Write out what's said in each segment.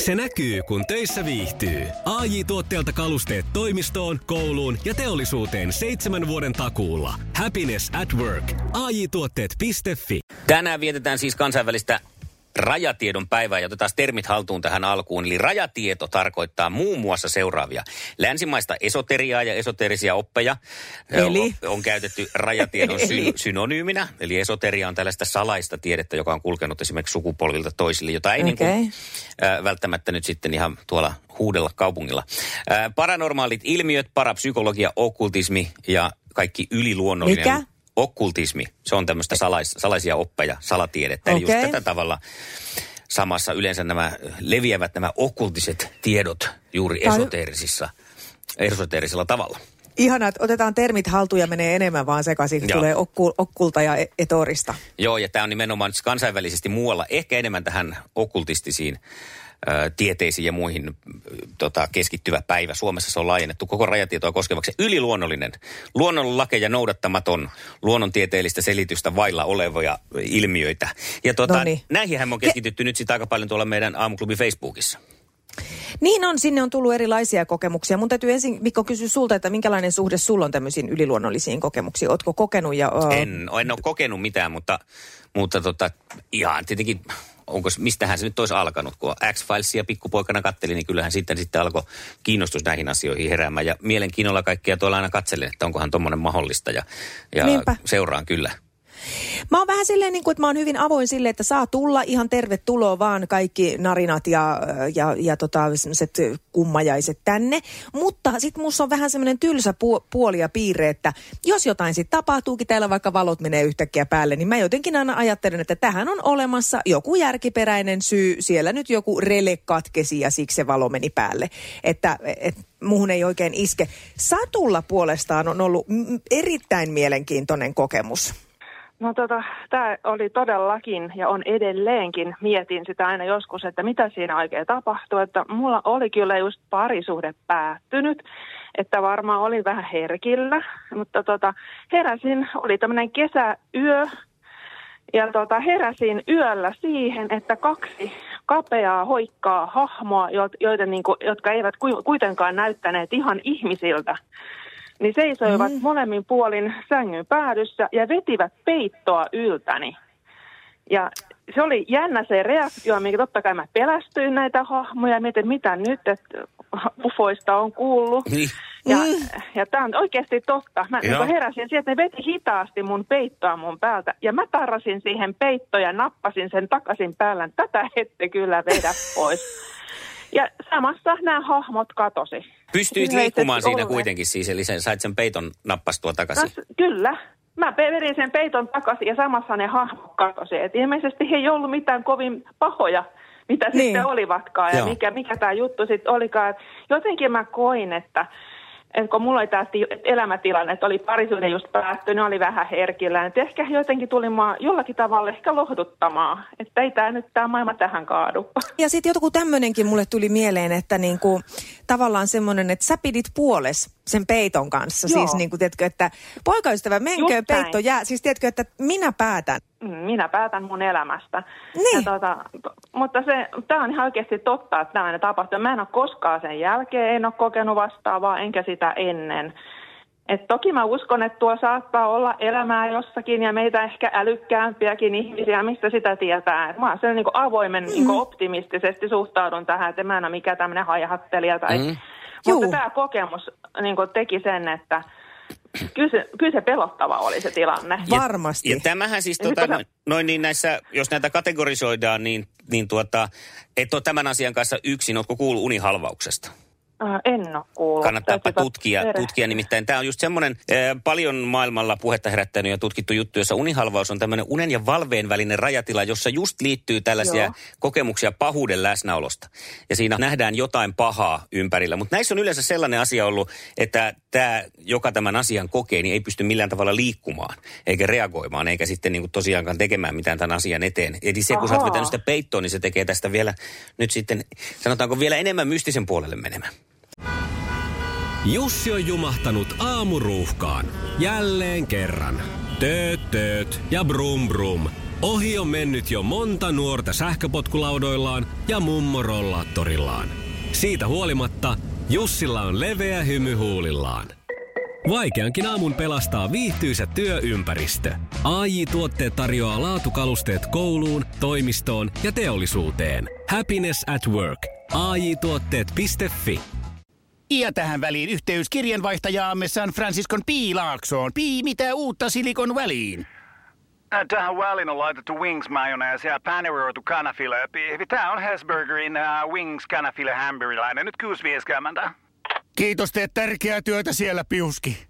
Se näkyy, kun töissä viihtyy. AJ Tuotteelta kalusteet toimistoon, kouluun ja teollisuuteen 7 vuoden takuulla. Happiness at work. AJ-tuotteet.fi. Tänään vietetään siis kansainvälistä rajatiedon päivää ja otetaan termit haltuun tähän alkuun. Eli rajatieto tarkoittaa muun muassa seuraavia. Länsimaista esoteriaa ja esoterisia oppeja on käytetty rajatiedon synonyyminä. Eli esoteria on tällaista salaista tiedettä, joka on kulkenut esimerkiksi sukupolvilta toisille, jota ei välttämättä nyt sitten ihan tuolla huudella kaupungilla. Paranormaalit ilmiöt, parapsykologia, okkultismi ja kaikki yliluonnollinen. Mikä? Okkultismi, se on tämmöistä salaisia oppeja, salatiedettä. Eli just tätä tavalla samassa yleensä leviävät nämä okkultiset tiedot juuri esoteerisella tavalla. Ihanaa, että otetaan termit haltuun ja menee enemmän vaan sekaisin, tulee okkulta ja etorista. Joo, ja tämä on nimenomaan kansainvälisesti muualla ehkä enemmän tähän okkultistisiin tieteisiin ja muihin keskittyvä päivä. Suomessa se on laajennettu koko rajatietoa koskevaksi yliluonnollinen, luonnonlakeja noudattamaton, luonnontieteellistä selitystä vailla olevia ilmiöitä. Ja näihinhän on keskitytty nyt sitten aika paljon tuolla meidän Aamuklubin Facebookissa. Niin on, sinne on tullut erilaisia kokemuksia. Mun täytyy ensin, Mikko, kysyä sulta, että minkälainen suhde sulla on tämmöisiin yliluonnollisiin kokemuksiin? Ootko kokenut? En ole kokenut mitään, mutta ihan tietenkin, mistähän se nyt olisi alkanut? Kun X-Filesia pikkupoikana katselin, niin kyllähän sitten alkoi kiinnostus näihin asioihin heräämään. Ja mielenkiinnolla kaikkia tuolla aina katselen, että onkohan tommoinen mahdollista ja seuraan kyllä. Mä oon vähän silleen, että mä oon hyvin avoin sille, että saa tulla ihan tervetuloa vaan kaikki narinat ja sellaiset kummajaiset tänne. Mutta sit musta on vähän semmoinen tylsä puoli ja piirre, että jos jotain sit tapahtuukin, täällä vaikka valot menee yhtäkkiä päälle, niin mä jotenkin aina ajattelen, että tähän on olemassa joku järkiperäinen syy. Siellä nyt joku rele katkesi ja siksi se valo meni päälle. Että muuhun ei oikein iske. Satulla puolestaan on ollut erittäin mielenkiintoinen kokemus. No tämä oli todellakin ja on edelleenkin, mietin sitä aina joskus, että mitä siinä oikein tapahtui, että mulla oli kyllä just parisuhde päättynyt, että varmaan oli vähän herkillä, mutta heräsin, oli tämmöinen kesäyö ja heräsin yöllä siihen, että 2 kapeaa hoikkaa hahmoa, jotka eivät kuitenkaan näyttäneet ihan ihmisiltä, niin seisoivat molemmin puolin sängyn päädyssä ja vetivät peittoa yltäni. Ja se oli jännä se reaktio, minkä totta kai mä pelästyin näitä hahmoja ja mietin, mitä nyt, että ufoista on kuullut. Ja tämä on oikeasti totta. Mä heräsin siihen, että ne veti hitaasti mun peittoa mun päältä. Ja mä tarrasin siihen peittoon ja nappasin sen takaisin päällä. Tätä ette kyllä vedä pois. Ja samassa nämä hahmot katosi. Pystyit liikkumaan siinä kuitenkin siis, eli sait sen peiton nappastua takaisin? Kyllä. Mä vedin sen peiton takaisin ja samassa ne hahmot katosi. Et ilmeisesti he ei ollut mitään kovin pahoja, mitä sitten olivatkaan ja mikä tämä juttu sitten olikaan. Et jotenkin mä koin, että kun mulla oli tämä elämätilanne, että oli parisuhde just päättynyt, oli vähän herkillä. Että ehkä jotenkin tuli jollakin tavalla ehkä lohduttamaan, että ei tämä maailma tähän kaadu. Ja sitten joku tämmöinenkin mulle tuli mieleen, että niinku, tavallaan semmoinen, että sä pidit puoles sen peiton kanssa. Joo. Siis niinku, tiedätkö, että poikaystävä, menkö peitto jää. Siis tiedätkö, että minä päätän. Minä päätän mun elämästä. Niin. Mutta tämä on ihan oikeasti totta, että tällainen tapahtuu. Mä en ole koskaan sen jälkeen, en ole kokenut vastaavaa, enkä sitä ennen. Et toki mä uskon, että tuo saattaa olla elämää jossakin ja meitä ehkä älykkäämpiäkin ihmisiä, mistä sitä tietää. Et mä oon sen avoimen optimistisesti suhtaudun tähän, että mä en ole mikään tämmöinen haihattelija. Mutta tämä kokemus teki sen, että kyllä se pelottava oli se tilanne. Varmasti. Ja tämähän siis näissä, jos näitä kategorisoidaan, niin et ole tämän asian kanssa yksin. Ootko kuullut unihalvauksesta? En ole kuullut. Kannattaapa tutkia, nimittäin tämä on just semmoinen paljon maailmalla puhetta herättänyt ja tutkittu juttu, jossa unihalvaus on tämmöinen unen ja valveen välinen rajatila, jossa just liittyy tällaisia kokemuksia pahuuden läsnäolosta. Ja siinä nähdään jotain pahaa ympärillä. Mutta näissä on yleensä sellainen asia ollut, että tämä, joka tämän asian kokee, niin ei pysty millään tavalla liikkumaan, eikä reagoimaan, eikä sitten niin kuin tosiaankaan tekemään mitään tämän asian eteen. Eli se, kun sä oot vetänyt sitä peittoa, niin se tekee tästä vielä nyt sitten, sanotaanko vielä enemmän mystisen puolelle menemään. Jussi on jumahtanut aamuruuhkaan. Jälleen kerran. Tööt ja brum brum. Ohi on mennyt jo monta nuorta sähköpotkulaudoillaan ja mummorollaattorillaan. Siitä huolimatta Jussilla on leveä hymy huulillaan. Vaikeankin aamun pelastaa viihtyisä työympäristö. AJ-tuotteet tarjoaa laatukalusteet kouluun, toimistoon ja teollisuuteen. Happiness at work. AJ-tuotteet.fi. Ja tähän väliin yhteys kirjanvaihtajaamme San Franciscon P. Laaksoon. Mitä uutta Silikon väliin? Tähän väliin on laitettu wings mayonnaise ja paneroitu kanafila. Tämä on Hesburgerin wings kanafila hamburilainen. Nyt 6.50. Kiitos, teet tärkeää työtä siellä, Piuski.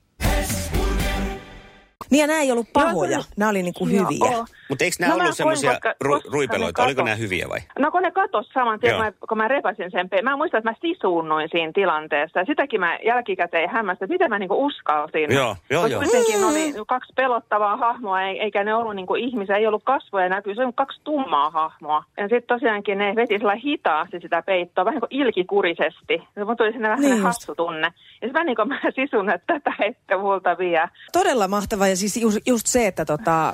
Niin ja nämä ei ollut pahoja, nämä oli niinku hyviä. Mutta eikö nämä ollut semmoisia ruipeloita? Oliko nämä hyviä vai? No kun ne katos saman tien, kun mä repäsin sen. Mä muistan, että mä sisuunnuin siinä tilanteessa. Ja sitäkin mä jälkikäteen hämmästyin, että miten mä niinku uskalsin. Joo. Kuitenkin oli 2 pelottavaa hahmoa, eikä ne ollut niinku ihmisiä, ei ollut kasvoja näkyy. Se on 2 tummaa hahmoa. Ja sitten tosiaankin ne veti sillä hitaasti sitä peittoa, vähän kuin ilkikurisesti. Se tuli sinne vähän hassu tunne. Ja sitten niin mä sisun, että tätä ette multa vie. Todella mahtavaa ja siis just se, että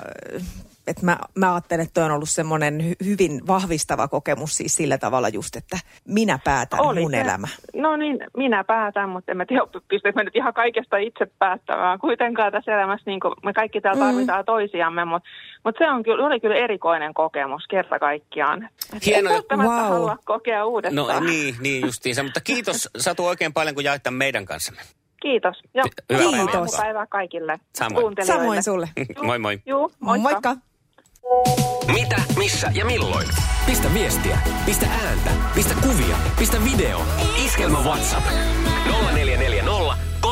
mä ajattelen, että toi on ollut semmoinen hyvin vahvistava kokemus siis sillä tavalla just, että minä päätän mun elämä. No niin, minä päätän, mutta en mä tiedä, pystyykö mä nyt ihan kaikesta itse päättämään. Kuitenkaan tässä elämässä niin me kaikki täällä tarvitaan toisiamme, mutta se oli kyllä erikoinen kokemus kerta kaikkiaan. Hienoa. Välttämättä halua kokea uudestaan. No niin justiinsa, mutta kiitos Satu oikein paljon, kun jaet tämän meidän kanssamme. Kiitos. Joo, kiitos. Päivää kaikille. Samoin sulle. Moi moi. Juu, moikka. Mitä, missä ja milloin? Pistä viestiä, pistä ääntä, pistä kuvia, pistä video. Iskelmä WhatsApp 0440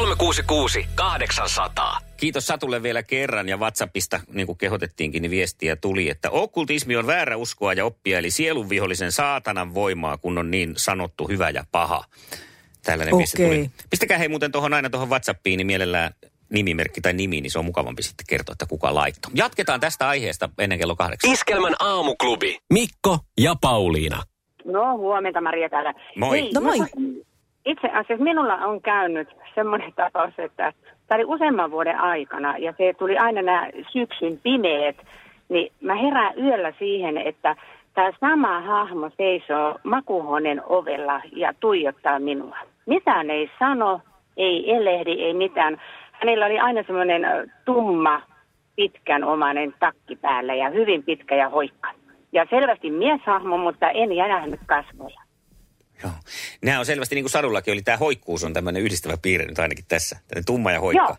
366 800. Kiitos Satulle vielä kerran ja WhatsAppista, niin kuin kehotettiinkin, niin viestiä tuli, että okkultismi on väärä uskoa ja oppia, eli sielunvihollisen saatanan voimaa, kun on niin sanottu hyvä ja paha. Tällainen viesti tuli. Pistäkää hei muuten aina tuohon WhatsAppiin, niin mielellään nimimerkki tai nimi, niin se on mukavampi sitten kertoa, että kuka laittoi. Jatketaan tästä aiheesta ennen kello 8. Iskelmän aamuklubi. Mikko ja Pauliina. No huomenta Maria täällä. Moi. Hei, no moi. Itse asiassa minulla on käynyt semmoinen tapaus, että tämä oli useamman vuoden aikana ja se tuli aina nämä syksyn pimeät, niin mä herään yöllä siihen, että tämä sama hahmo seisoo makuuhuoneen ovella ja tuijottaa minua. Mitään ei sano, ei elehdi, ei mitään. Hänellä oli aina semmoinen tumma, pitkänomainen takki päällä ja hyvin pitkä ja hoikka. Ja selvästi mieshahmo, mutta en nähnyt kasvoja. Joo. Nämä on selvästi, niin kuin Sadullakin oli, tämä hoikkuus on tämmöinen yhdistävä piirre nyt ainakin tässä. Tällainen tumma ja hoikka.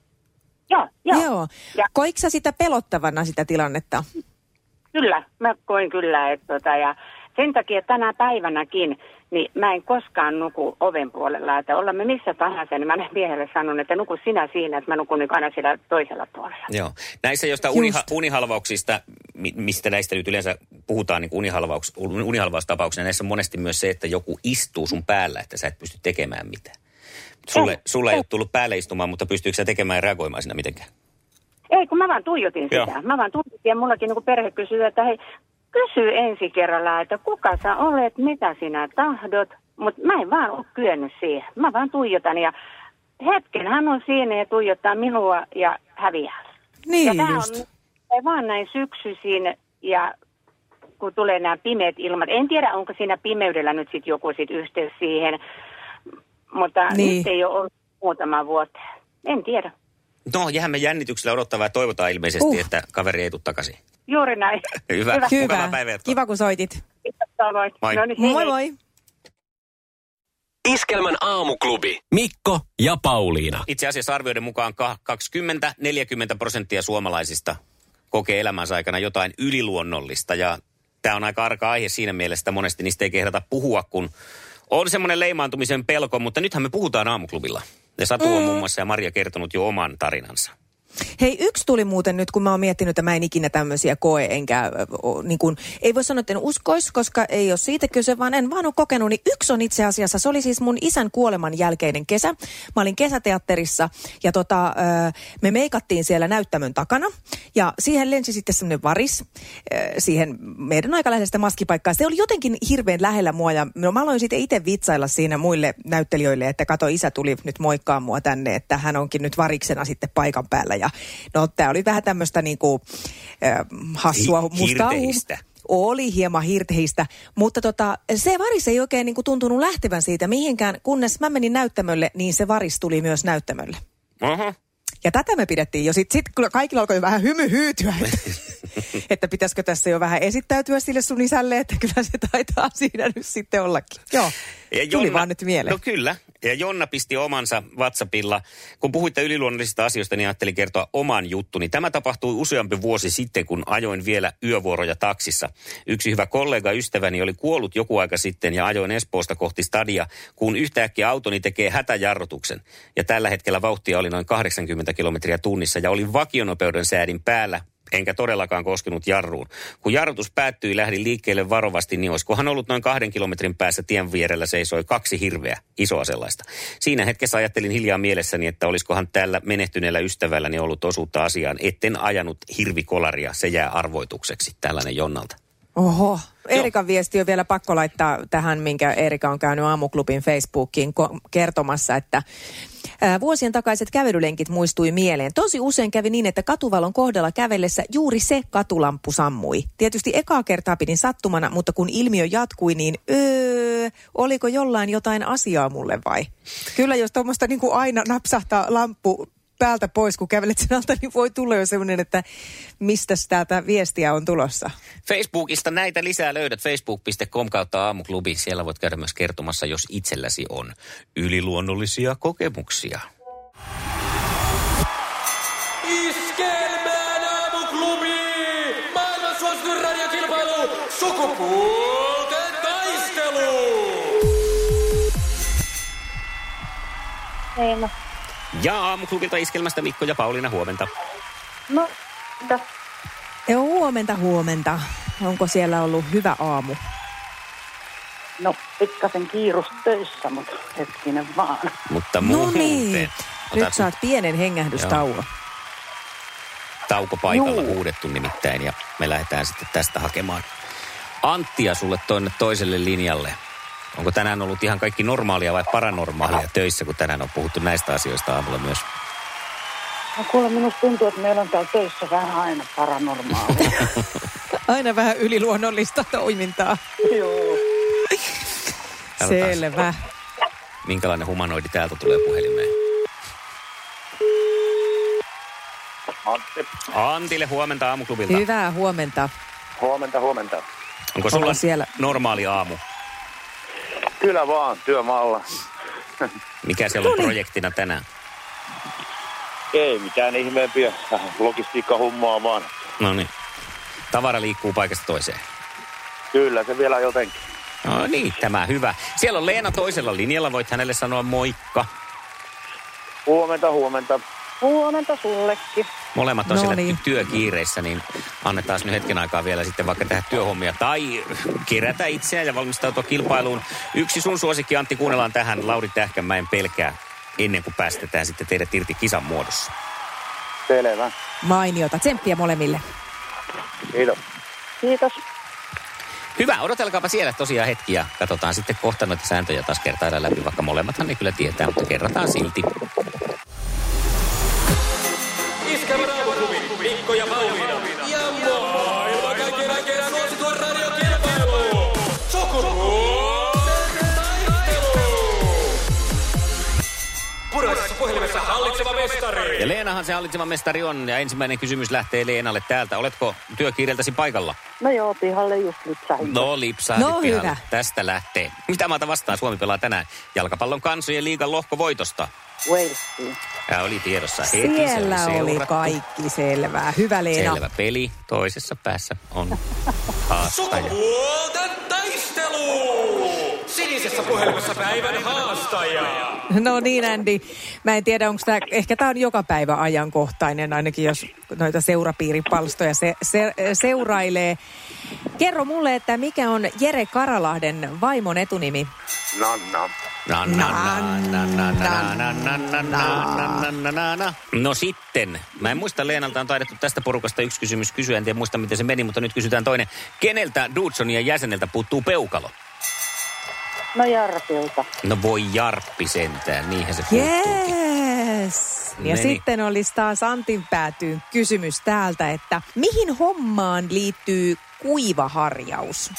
Joo. Koitko sä sitä pelottavana sitä tilannetta? Kyllä, mä koin kyllä. Ja sen takia tänä päivänäkin, niin mä en koskaan nuku oven puolella. Että ollaan me missä tahansa, niin mä olen miehelle sanonut, että nuku sinä siinä, että mä nukun nyt aina siellä toisella puolella. Joo. Näissä jostain unihalvauksista, mistä näistä nyt yleensä puhutaan niin unihalvaustapauksena, näissä on monesti myös se, että joku istuu sun päällä, että sä et pysty tekemään mitään. Sulle ei ole tullut päälle istumaan, mutta pystyykö sä tekemään ja reagoimaan siinä mitenkään? Ei, kun mä vaan tuijotin sitä. Joo. Mä vaan tuijotin ja mullakin niin perhe kysyy, että hei, kysy ensi kerralla, että kuka sä olet, mitä sinä tahdot. Mutta mä en vaan ole kyennyt siihen. Mä vaan tuijotan ja hetken hän on siinä ja tuijottaa minua ja häviää. Niin ja just. On vaan näin syksyisin ja kun tulee nämä pimeät ilmat. En tiedä, onko siinä pimeydellä nyt sitten joku yhteys siihen, mutta nyt ei ole ollut muutama vuotta. En tiedä. No, jäämme jännityksellä odottavaa ja toivotaan ilmeisesti, että kaveri ei tule takaisin. Juuri näin. Hyvä. Mukavaa päivää. Kiva, kun soitit. Moi. No niin, Moi moi. Iskelmän aamuklubi. Mikko ja Pauliina. Itse asiassa arvioiden mukaan 20-40% suomalaisista kokee elämänsä aikana jotain yliluonnollista. Ja tämä on aika arka aihe siinä mielessä, että monesti niistä ei kehdata puhua, kun on semmoinen leimaantumisen pelko. Mutta nythän me puhutaan aamuklubilla. Ja Satu on muun muassa ja Maria kertonut jo oman tarinansa. Hei, yksi tuli muuten nyt, kun mä oon miettinyt, että mä en ikinä tämmöisiä koe, enkä niin kuin, ei voi sanoa, että en uskoisi, koska ei ole siitä kyse, vaan en vaan ole kokenut. Niin yksi on itse asiassa, se oli siis mun isän kuoleman jälkeinen kesä. Mä olin kesäteatterissa ja me meikattiin siellä näyttämön takana ja siihen lensi sitten semmoinen varis siihen meidän aika lähellä sitä maskipaikkaa. Se oli jotenkin hirveän lähellä mua ja mä aloin sitten itse vitsailla siinä muille näyttelijöille, että kato, isä tuli nyt moikkaa mua tänne, että hän onkin nyt variksena sitten paikan päällä ja Ja no tämä oli vähän tämmöistä niinku hassua mustaa. Oli hieman hirteistä, mutta se varis ei oikein niinku tuntunut lähtevän siitä mihinkään, kunnes mä menin näyttämölle, niin se varis tuli myös näyttämölle. Aha. Ja tätä me pidettiin jo. Sitten kyllä kaikilla alkoi jo vähän hymyhyytyä, että pitäisikö tässä jo vähän esittäytyä sille sun isälle, että kyllä se taitaa siinä nyt sitten ollakin. Joo, tuli vaan nyt mieleen. No kyllä, ja Jonna pisti omansa WhatsAppilla. Kun puhuitte yliluonnollisista asioista, niin ajattelin kertoa oman juttuni. Tämä tapahtui useampi vuosi sitten, kun ajoin vielä yövuoroja taksissa. Yksi hyvä kollega ystäväni oli kuollut joku aika sitten ja ajoin Espoosta kohti stadia, kun yhtäkkiä autoni tekee hätäjarrutuksen. Ja tällä hetkellä vauhtia oli noin 80 kilometriä tunnissa ja olin vakionopeuden säädin päällä. Enkä todellakaan koskenut jarruun. Kun jarrutus päättyi, lähdin liikkeelle varovasti, niin olisikohan ollut noin 2 kilometrin päässä tien vierellä seisoi 2 hirveä, isoa sellaista. Siinä hetkessä ajattelin hiljaa mielessäni, että olisikohan tällä menehtyneellä ystävälläni ollut osuutta asiaan. Etten ajanut hirvikolaria, se jää arvoitukseksi. Tällainen Jonnalta. Oho, Eerikan viesti on vielä pakko laittaa tähän, minkä Eerika on käynyt Aamuklubin Facebookiin kertomassa, että vuosien takaiset kävelylenkit muistui mieleen. Tosi usein kävi niin, että katuvalon kohdalla kävellessä juuri se katulamppu sammui. Tietysti ekaa kertaa pidin sattumana, mutta kun ilmiö jatkui, niin oliko jollain jotain asiaa mulle vai? Kyllä, jos tuommoista niin kuin aina napsahtaa lamppu päältä pois, kun kävelet sen alta, niin voi tulla jo semmoinen, että mistä täältä viestiä on tulossa. Facebookista näitä lisää löydät facebook.com/aamuklubi. Siellä voit käydä myös kertomassa, jos itselläsi on yliluonnollisia kokemuksia. Iskelmään Aamuklubi! Maailman suosituin radiokilpailu! Sukupuolten taistelu! Eino. Ja Aamuklubilta Iskelmästä Mikko ja Pauliina, huomenta. No, mitä? Joo, huomenta. Onko siellä ollut hyvä aamu? No, pikkasen kiirus töissä, mutta hetkinen vaan. Mutta no muuten. niin, nyt saat pienen hengähdystauon. Tauko paikalla huudettu nimittäin ja me lähdetään sitten tästä hakemaan Anttia sulle tuonne toiselle linjalle. Onko tänään ollut ihan kaikki normaalia vai paranormaalia töissä, kun tänään on puhuttu näistä asioista aamulla myös? No kuule, minusta tuntuu, että meillä on täällä töissä vähän aina paranormaalia. Aina vähän yliluonnollista toimintaa. Joo. Selvä. Minkälainen humanoidi täältä tulee puhelimeen? Antti. Antille huomenta Aamuklubilta. Hyvää huomenta. Huomenta. Onko sulla siellä normaali aamu? Kyllä vaan, työmaalla. Mikä siellä on projektina tänään? Ei mitään ihmeempiä. Logistiikkahummaa vaan. No niin. Tavara liikkuu paikasta toiseen. Kyllä, se vielä jotenkin. No niin, tämä hyvä. Siellä on Leena toisella linjalla. Voit hänelle sanoa moikka. Huomenta. Huomenta sullekin. Molemmat on siellä työkiireissä, niin annetaan nyt hetken aikaa vielä sitten vaikka tehdä työhommia tai kerätä itseään ja valmistautua kilpailuun. Yksi sun suosikki, Antti, kuunnellaan tähän. Lauri Tähkänmäen Pelkää, ennen kuin päästetään sitten teidät irti kisan muodossa. Selvä. Mainiota. Tsemppiä molemmille. Kiitos. Hyvä, odotelkaapa siellä tosiaan hetki ja katsotaan sitten kohta noita sääntöjä taas kertailla läpi, vaikka molemmathan ne kyllä tietää, mutta kerrataan silti. Iskelmän Aamuklubi, Mikko ja Pauliina. Ja maailman kaikkien aikeen suosituen radiokilpailu. Sukupuolten taistelu. Puraisessa puhelimessa hallitseva mestari. Ja Leenahan se hallitseva mestari on ja ensimmäinen kysymys lähtee Leenalle täältä. Oletko työkiireeltäsi paikalla? No joo, pihalle just lipsahdin. No lipsahdit pihalle. Hyvä. Tästä lähtee. Mitä maata vastaan Suomi pelaa tänään? Jalkapallon kansojen liigan lohkovoitosta. Walesiin. Ja oli tiedossa heti. Siellä oli kaikki selvää. Hyvä Leena. Selvä peli. Toisessa päässä on haastaja. Sukupuolten taistelu! Sinisessä puhelimessa päivän haastaja. No niin, Andy. Mä en tiedä, onko tämä, ehkä tämä on joka päivä ajankohtainen, ainakin jos noita seurapiiripalstoja seurailee. Kerro mulle, että mikä on Jere Karalahden vaimon etunimi? Nanna. No sitten, mä en muista, Leenalta on taidettu tästä porukasta yksi kysymys kysyä, en tiedä muista miten se meni, mutta nyt kysytään toinen. Keneltä Dudsonin jäseneltä puuttuu peukalo? No Jarpilta. No voi Jarppi sentään, niinhän se puuttuukin. Yes. Ja sitten olisi taas Antin päätyyn kysymys täältä, että mihin hommaan liittyy kuivaharjaus?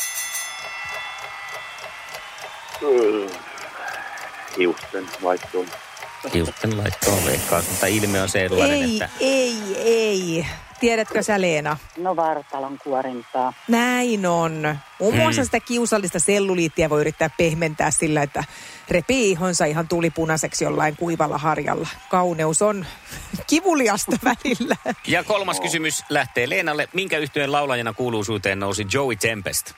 Hiusten laittoon. Hiusten laittoon veikkaus, mutta ilme on sellainen, että... Ei. Tiedätkö sä, Leena? No vartalon kuorintaa. Näin on. Muun muassa sitä kiusallista selluliittiä voi yrittää pehmentää sillä, että repii ihonsa ihan tulipunaiseksi jollain kuivalla harjalla. Kauneus on kivuliasta välillä. Ja kolmas kysymys lähtee Leenalle. Minkä yhtyeen laulajana kuuluisuuteen nousi Joey Tempest?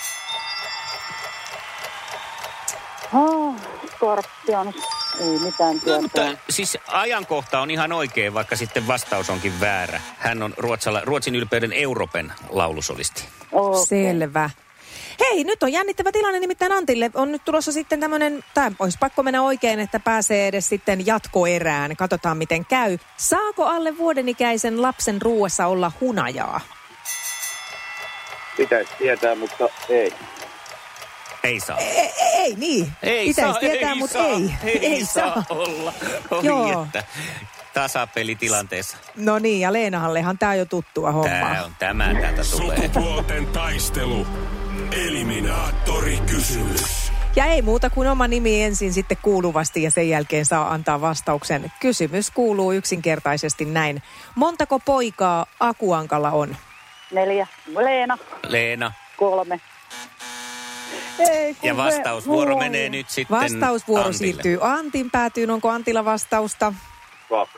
Scorpions. Ei mitään tietoa. No, mutta siis ajankohta on ihan oikein, vaikka sitten vastaus onkin väärä. Hän on Ruotsin ylpeyden Euroopan laulusolisti. Okay. Selvä. Hei, nyt on jännittävä tilanne, nimittäin Antille on nyt tulossa sitten tämmöinen, tai olisi pakko mennä oikein, että pääsee edes sitten jatkoerään. Katsotaan miten käy. Saako alle vuodenikäisen lapsen ruuassa olla hunajaa? Pitäisi tietää, mutta ei. Ei saa. Ei niin. Pitäisi tietää, mutta ei. Ei saa olla. Joo. Että tasapelitilanteessa. No niin, ja Leenahallehan tää on jo tuttua hommaa. Tämä täältä tulee. Sukupuolten taistelu. Eliminaattori-kysymys. Ja ei muuta kuin oma nimi ensin sitten kuuluvasti ja sen jälkeen saa antaa vastauksen. Kysymys kuuluu yksinkertaisesti näin. Montako poikaa Akuankalla on? 4. Leena. 3. Ei, ja vastausvuoro menee nyt sitten Vastausvuoro Antille. siirtyy Antin päätyyn. Onko Antilla vastausta? 2.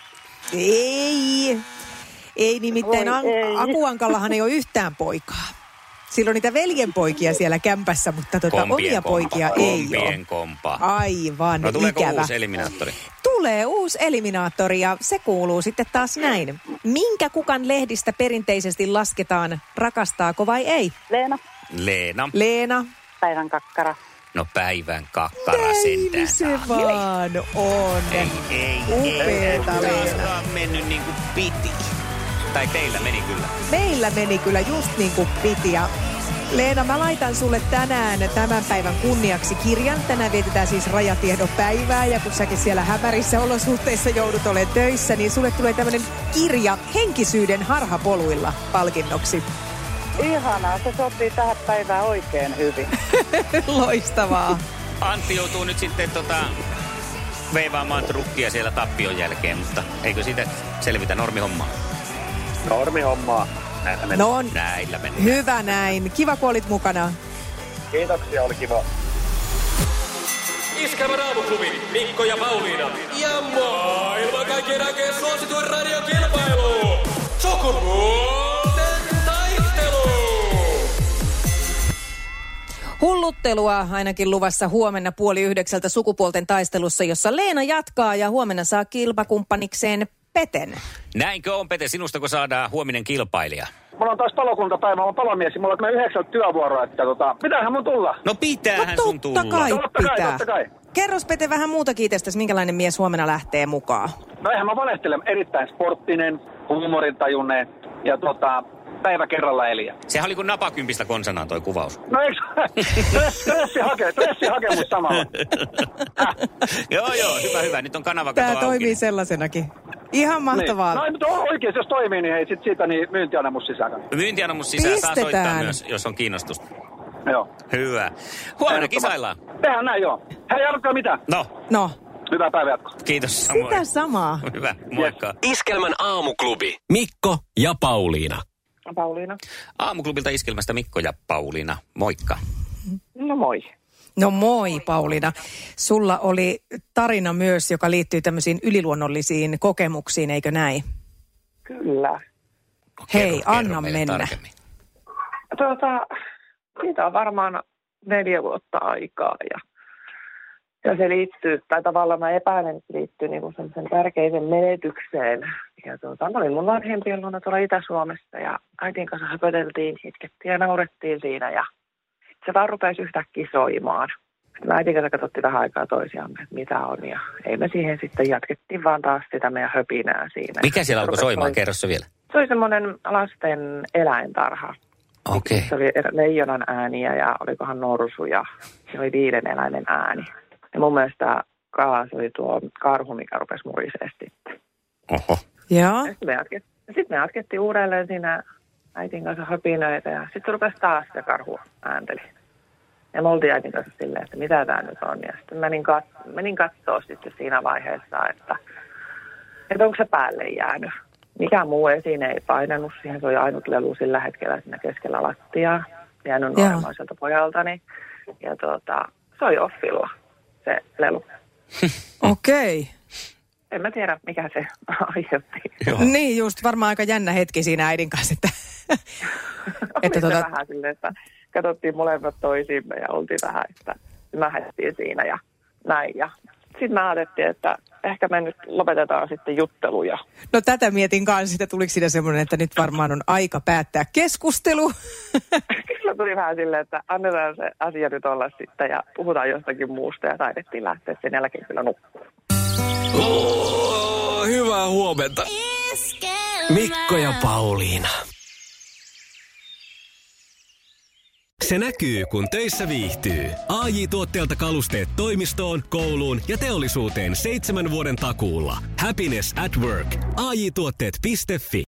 Ei nimittäin. Akuankallahan ei ole yhtään poikaa. Sillä on niitä veljenpoikia siellä kämpässä, mutta omia poikia ei ole. Kompa. Aivan no tuleeko ikävä. uusi eliminaattori? Tulee uusi eliminaattori ja se kuuluu sitten taas näin. Minkä kukan lehdistä perinteisesti lasketaan, rakastaako vai ei? Leena. Päivän kakkara. No päivän kakkara sentään. Se vaan on. Upeeta, Leena. Tämä on mennyt niin kuin piti. Tai teillä meni kyllä. Meillä meni kyllä just niin kuin piti. Ja Leena, mä laitan sulle tänään tämän päivän kunniaksi kirjan. Tänään vietetään siis rajatiedopäivää ja kun säkin siellä hämärissä olosuhteissa joudut olemaan töissä, niin sulle tulee tämmöinen kirja Henkisyyden harhapoluilla palkinnoksi. Ihanaa, se sopii tähän päivään oikein hyvin. Loistavaa. Antti joutuu nyt sitten veivaamaan trukkia siellä tappion jälkeen, mutta eikö siitä selvitä normihommaa? Normihommaa. Näillä mennään. Hyvä näin. Kiva, kun olit mukana. Kiitoksia, oli kiva. Iskelmän aamuklubi, Mikko ja Pauliina. Ja maailman kaikkien aikeen suosituen radiokilpailu. Sukupuolten taistelu. Hulluttelua ainakin luvassa huomenna 8:30 sukupuolten taistelussa, jossa Leena jatkaa ja huomenna saa kilpakumppanikseen Peten. Näinkö on, Pete, sinustako saadaan huominen kilpailija? Mulla on taas palokuntapäivä, mä oon palomies ja mulla on 9 työvuoroa, että pitäähän mun tulla. No pitäähän sun tulla. Totta kai. Kerros Pete vähän muutakin tästä, minkälainen mies huomenna lähtee mukaan. No eihän mä valehtele, erittäin sporttinen, huumorintajuinen ja päivä kerralla eliä. Sehän oli kuin napakympistä konsanaan toi kuvaus. No eikö? Stressihakemus samalla. Joo, hyvä. Nyt on kanava Tää toimii sellaisenakin. Ihan mahtavaa. Niin. No oikein, jos toimii, niin hei, siitä niin myyntianomus sisään. Myyntianomus sisään saa soittaa myös, jos on kiinnostusta. Joo. Hyvä. Huomenna kisaillaan. Tehdään näin, joo. Hei, arvokaa mitä? No. Hyvää päivänjatkoa. Kiitos samoin. Sitä samaa. Hyvä, moikka. Iskelmän aamuklubi. Mikko ja Pauliina. Pauliina. Aamuklubilta Iskelmästä Mikko ja Pauliina. Moikka. No moi. No moi Pauliina. Sulla oli tarina myös, joka liittyy tämmöisiin yliluonnollisiin kokemuksiin, eikö näin? Kyllä. Hei, anna mennä. Siitä on varmaan 4 vuotta aikaa ja se liittyy, tai tavallaan mä epäilen, että liittyy niinku semmoisen tärkeisen menetykseen. Ja mä olin mun vanhempien luona tuolla Itä-Suomessa ja äitin kanssa höpöteltiin, itkettiin ja naurettiin siinä ja se vaan rupesi yhtäkkiä soimaan. Mä äitin kanssa katsottiin vähän aikaa toisiamme, että mitä on ja ei me siihen sitten jatkettiin vaan taas sitä meidän höpinää siinä. Mikä siellä alkoi soimaan? Kerro se vielä. Se oli semmoinen lasten eläintarha. Okei. Se oli leijonan ääniä ja olikohan norsu ja se oli 5 eläimen ääni. Ja mun mielestä se oli tuo karhu, mikä rupesi murisee sitten. Oho. Joo. Sitten me jatkettiin uudelleen siinä äitin kanssa höpinöitä ja sitten rupesi taas se karhu äänteli. Ja me oltiin äitin kanssa silleen, että mitä tämä nyt on. Ja sitten menin kattoo sitten siinä vaiheessa, että onko se päälle jäänyt. Mikään muu esine ei painanut siihen. Se oli ainut lelu sillä hetkellä siinä keskellä lattiaa. Jäänyt nuoremaiselta pojaltani. Ja se oli offilla, se lelu. Okei. En mä tiedä, mikä se aiheutti. Niin, just varmaan aika jännä hetki siinä äidin kanssa, että vähän silleen, että katsottiin molemmat toisiimme ja oltiin vähän, että mähättiin siinä ja näin. Ja sitten mä ajattelin, että ehkä me nyt lopetetaan sitten jutteluja. No tätä mietin kanssa, että tuliko siinä semmoinen, että nyt varmaan on aika päättää keskustelu. Kyllä tuli vähän silleen, että annetaan se asia nyt olla sitten ja puhutaan jostakin muusta ja taidettiin lähteä sen jälkeen kyllä nukkumaan. Hyvää huomenta. Mikko ja Pauliina. Se näkyy, kun töissä viihtyy. AJ-tuotteelta kalusteet toimistoon, kouluun ja teollisuuteen 7 vuoden takuulla. Happiness at work. AJ-tuotteet.fi